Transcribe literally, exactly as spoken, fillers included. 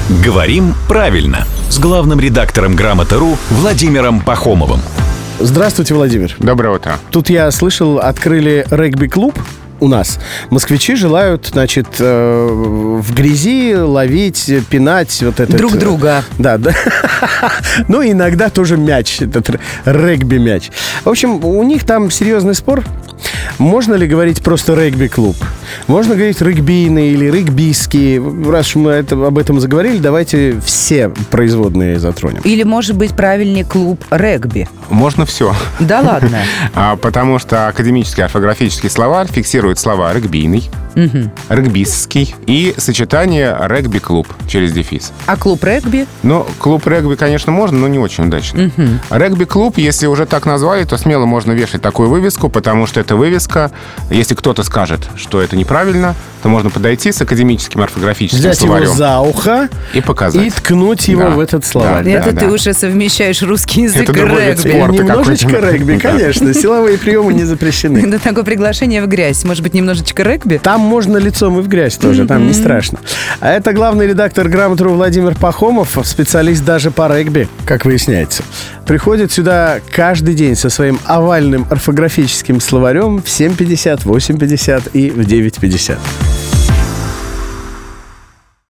Говорим правильно с главным редактором Грамоты.ру Владимиром Пахомовым. Здравствуйте, Владимир. Доброе утро. Тут я слышал, открыли регби-клуб у нас. Москвичи желают, значит, э, в грязи ловить, пинать вот этот... Друг друга. Да, да. Ну, иногда тоже мяч, этот регби-мяч. В общем, у них там серьезный спор. Можно ли говорить просто регби-клуб? Можно говорить регбийный или регбийский. Раз уж мы это, об этом заговорили, давайте все производные затронем. Или, может быть, правильнее клуб регби. Можно все. Да ладно. Потому что академический орфографический словарь фиксирует слова регбийный, угу. регбистский и сочетание регби-клуб через дефис. А клуб регби? Ну, клуб регби, конечно, можно, но не очень удачно. Угу. Регби-клуб, если уже так назвали, то смело можно вешать такую вывеску, потому что эта вывеска, если кто-то скажет, что это неправильно, то можно подойти с академическим орфографическим взять словарем. Взять его за ухо и показать. И ткнуть его да. в этот словарь. Да, это да, ты да. уже совмещаешь русский язык это и регби. Немножечко регби, конечно. Силовые приемы не запрещены. Это такое приглашение в грязь. Может быть, немножечко регби? Там можно лицом и в грязь тоже, там не страшно. А это главный редактор Грамоты.ру Владимир Пахомов, специалист даже по регби, как выясняется. Приходит сюда каждый день со своим овальным орфографическим словарем в семь пятьдесят, восемь пятьдесят и в девять пятьдесят.